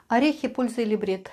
Орехи — польза или вред?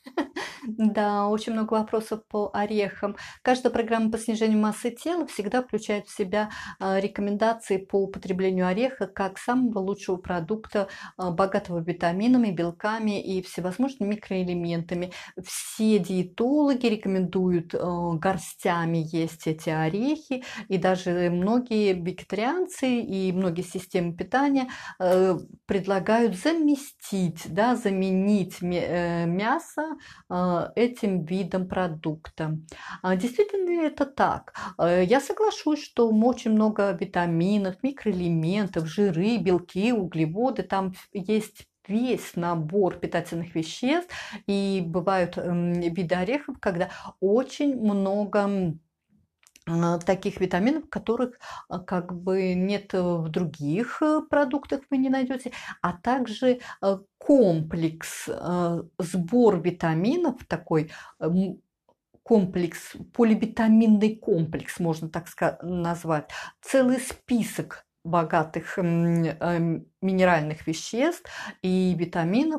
Да, очень много вопросов по орехам. Каждая программа по снижению массы тела всегда включает в себя рекомендации по употреблению ореха как самого лучшего продукта, богатого витаминами, белками и всевозможными микроэлементами. Все диетологи рекомендуют горстями есть эти орехи, и даже многие вегетарианцы и многие системы питания э, предлагают заместить, да, заменить мясо этим видом продукта. Действительно ли это так? Я соглашусь, что очень много витаминов, микроэлементов, жиры, белки, углеводы, там есть весь набор питательных веществ, и бывают виды орехов, когда очень много таких витаминов, которых как бы нет в других продуктах, вы не найдете, а также комплекс, сбор витаминов такой, комплекс, поливитаминный комплекс, можно так назвать, целый список богатых минеральных веществ и витаминов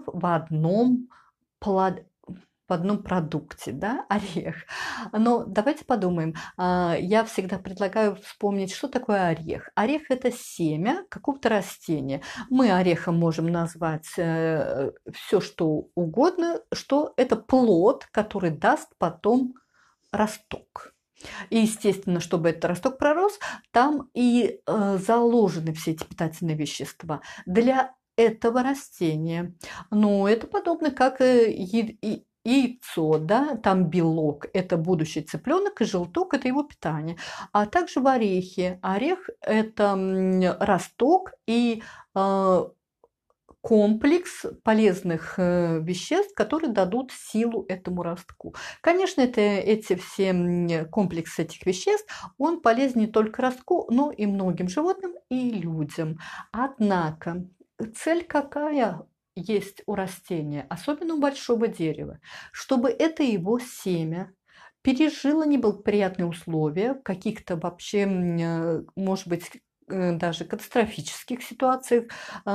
плод- в одном продукте, да, орех. Но давайте подумаем. Я всегда предлагаю вспомнить, что такое орех. Орех — это семя какого-то растения. Мы орехом можем назвать все, что угодно, что это плод, который даст потом росток. И, естественно, чтобы этот росток пророс, там и заложены все эти питательные вещества для этого растения. Ну, это подобно как яйцо, да, там белок — это будущий цыпленок, и желток — это его питание. А также в орехе. Орех — это росток и э, комплекс полезных веществ, которые дадут силу этому ростку. Конечно, эти все комплекс этих веществ, он полезен не только ростку, но и многим животным и людям. Однако цель какая есть у растения, особенно у большого дерева, чтобы это его семя пережило неблагоприятные условия, каких-то вообще, может быть, даже катастрофических ситуациях,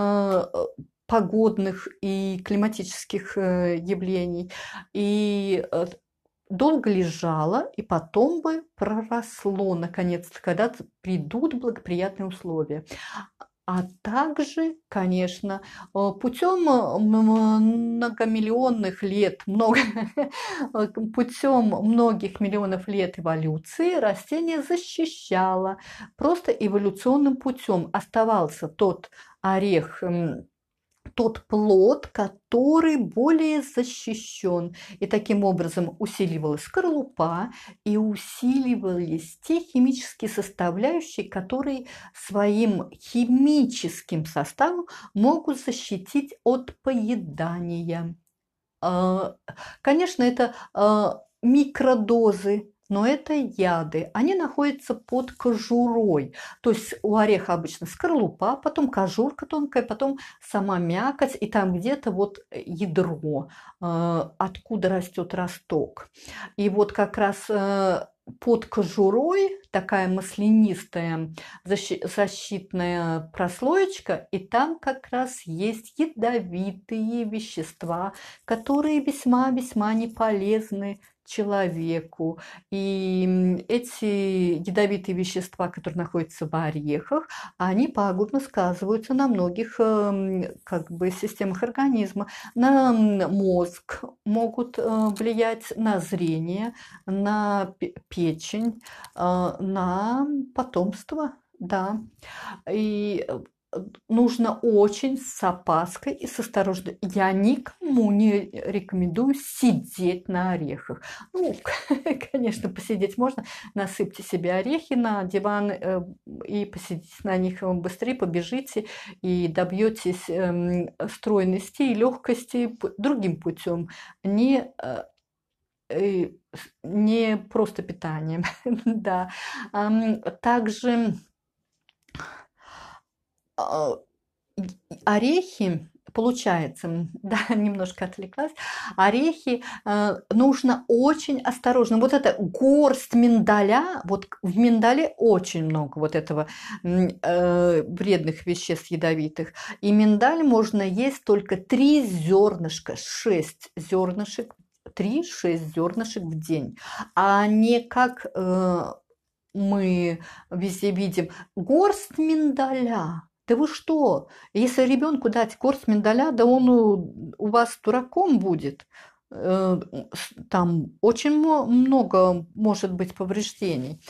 погодных и климатических явлений, и долго лежало, и потом бы проросло, наконец-то, когда придут благоприятные условия. А также, конечно, путем многомиллионных лет, путем многих миллионов лет эволюции растение защищало. Просто эволюционным путем оставался тот орех, тот плод, который более защищен. И таким образом усиливалась скорлупа и усиливались те химические составляющие, которые своим химическим составом могут защитить от поедания. А, Конечно, это микродозы, но это яды. Они находятся под кожурой. То есть у ореха обычно скорлупа, потом кожурка тонкая, потом сама мякоть, и там где-то вот ядро, откуда растет росток. И вот как раз под кожурой такая маслянистая защитная прослоечка, и там как раз есть ядовитые вещества, которые весьма-весьма не полезны человеку. И эти ядовитые вещества, которые находятся в орехах, они пагубно сказываются на многих как бы системах организма. На мозг могут влиять, на зрение, на печень, на потомство, да. И нужно очень с опаской и с осторожностью. Я никому не рекомендую сидеть на орехах. Ну, конечно, посидеть можно. Насыпьте себе орехи на диван и посидите на них, быстрее побежите и добьетесь стройности и легкости другим путем, не э, не просто питанием, да. Также а, орехи получается, да, немножко отвлеклась, орехи нужно очень осторожно. Вот эта горсть миндаля, вот в миндале очень много вот этого вредных веществ ядовитых. И миндаль можно есть только 3 зернышка, 6 зернышек, 3-6 зернышек в день, а не как мы везде видим горсть миндаля. Да вы что? Если ребенку дать горсть миндаля, да он у вас дураком будет. Там очень много может быть повреждений.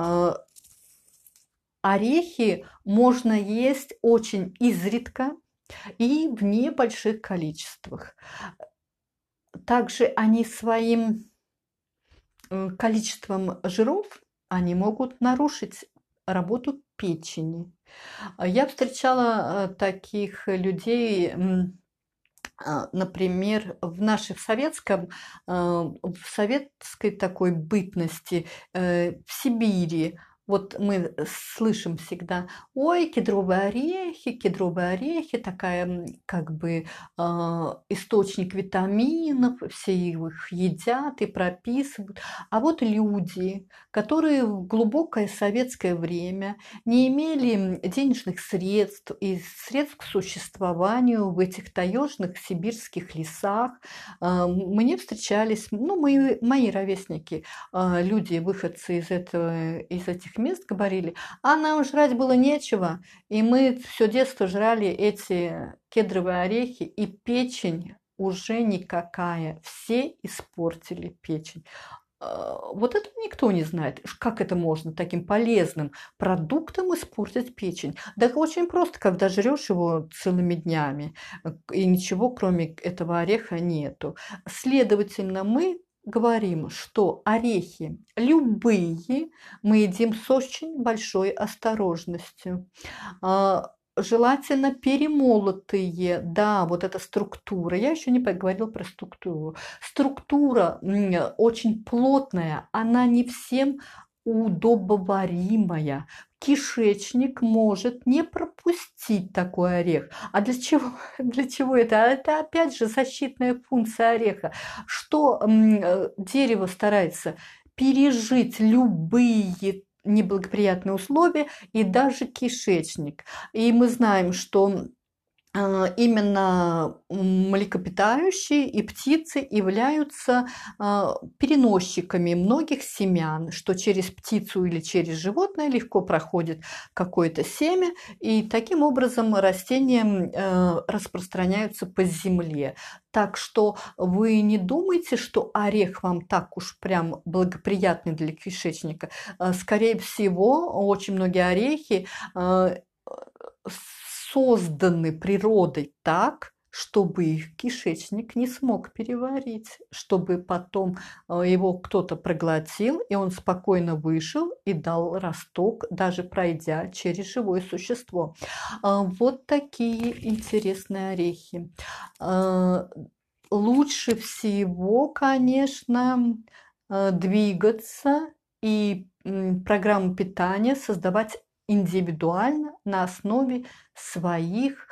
Орехи можно есть очень изредка и в небольших количествах. Также они своим количеством жиров они могут нарушить работу печени. Я встречала таких людей, например, в советской такой бытности, в Сибири. Вот мы слышим всегда: ой, кедровые орехи, такая как бы источник витаминов, все их едят и прописывают. А вот люди, которые в глубокое советское время не имели денежных средств и средств к существованию в этих таежных сибирских лесах, мне встречались, ну, мои ровесники, люди, выходцы из этих мест, говорили: а нам жрать было нечего, и мы все детство жрали эти кедровые орехи, и печень уже никакая, все испортили печень. Вот это никто не знает, как это можно таким полезным продуктом испортить печень. Да очень просто, когда жрешь его целыми днями, и ничего кроме этого ореха нету. Следовательно, мы говорим, что орехи любые мы едим с очень большой осторожностью. Желательно перемолотые, да, вот эта структура. Я еще не поговорила про структуру. Структура очень плотная, она не всем удобоваримая. Кишечник может не пропустить такой орех. А для чего, для чего это? Это опять же защитная функция ореха. Что дерево старается пережить любые неблагоприятные условия и даже кишечник. И мы знаем, что именно млекопитающие и птицы являются переносчиками многих семян, что через птицу или через животное легко проходит какое-то семя, и таким образом растения распространяются по земле. Так что вы не думайте, что орех вам так уж прям благоприятный для кишечника. Скорее всего, очень многие орехи созданы природой так, чтобы их кишечник не смог переварить, чтобы потом его кто-то проглотил, и он спокойно вышел и дал росток, даже пройдя через живое существо. Вот такие интересные орехи. Лучше всего, конечно, двигаться и программу питания создавать индивидуально на основе своих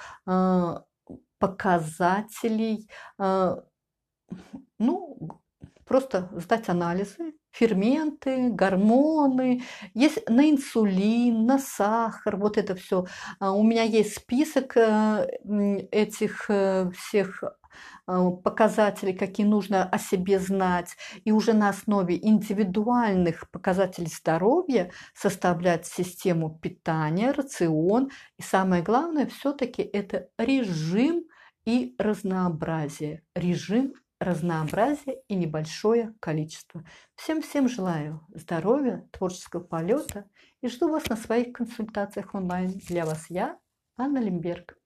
показателей. Ну, просто сдать анализы, ферменты, гормоны, есть на инсулин, на сахар, вот это все. У меня есть список этих всех показателей, какие нужно о себе знать, и уже на основе индивидуальных показателей здоровья составлять систему питания, рацион. И самое главное, все-таки это режим и разнообразие. Режим, разнообразие и небольшое количество. Всем желаю здоровья, творческого полета и жду вас на своих консультациях онлайн. Для вас я, Анна Лемберг.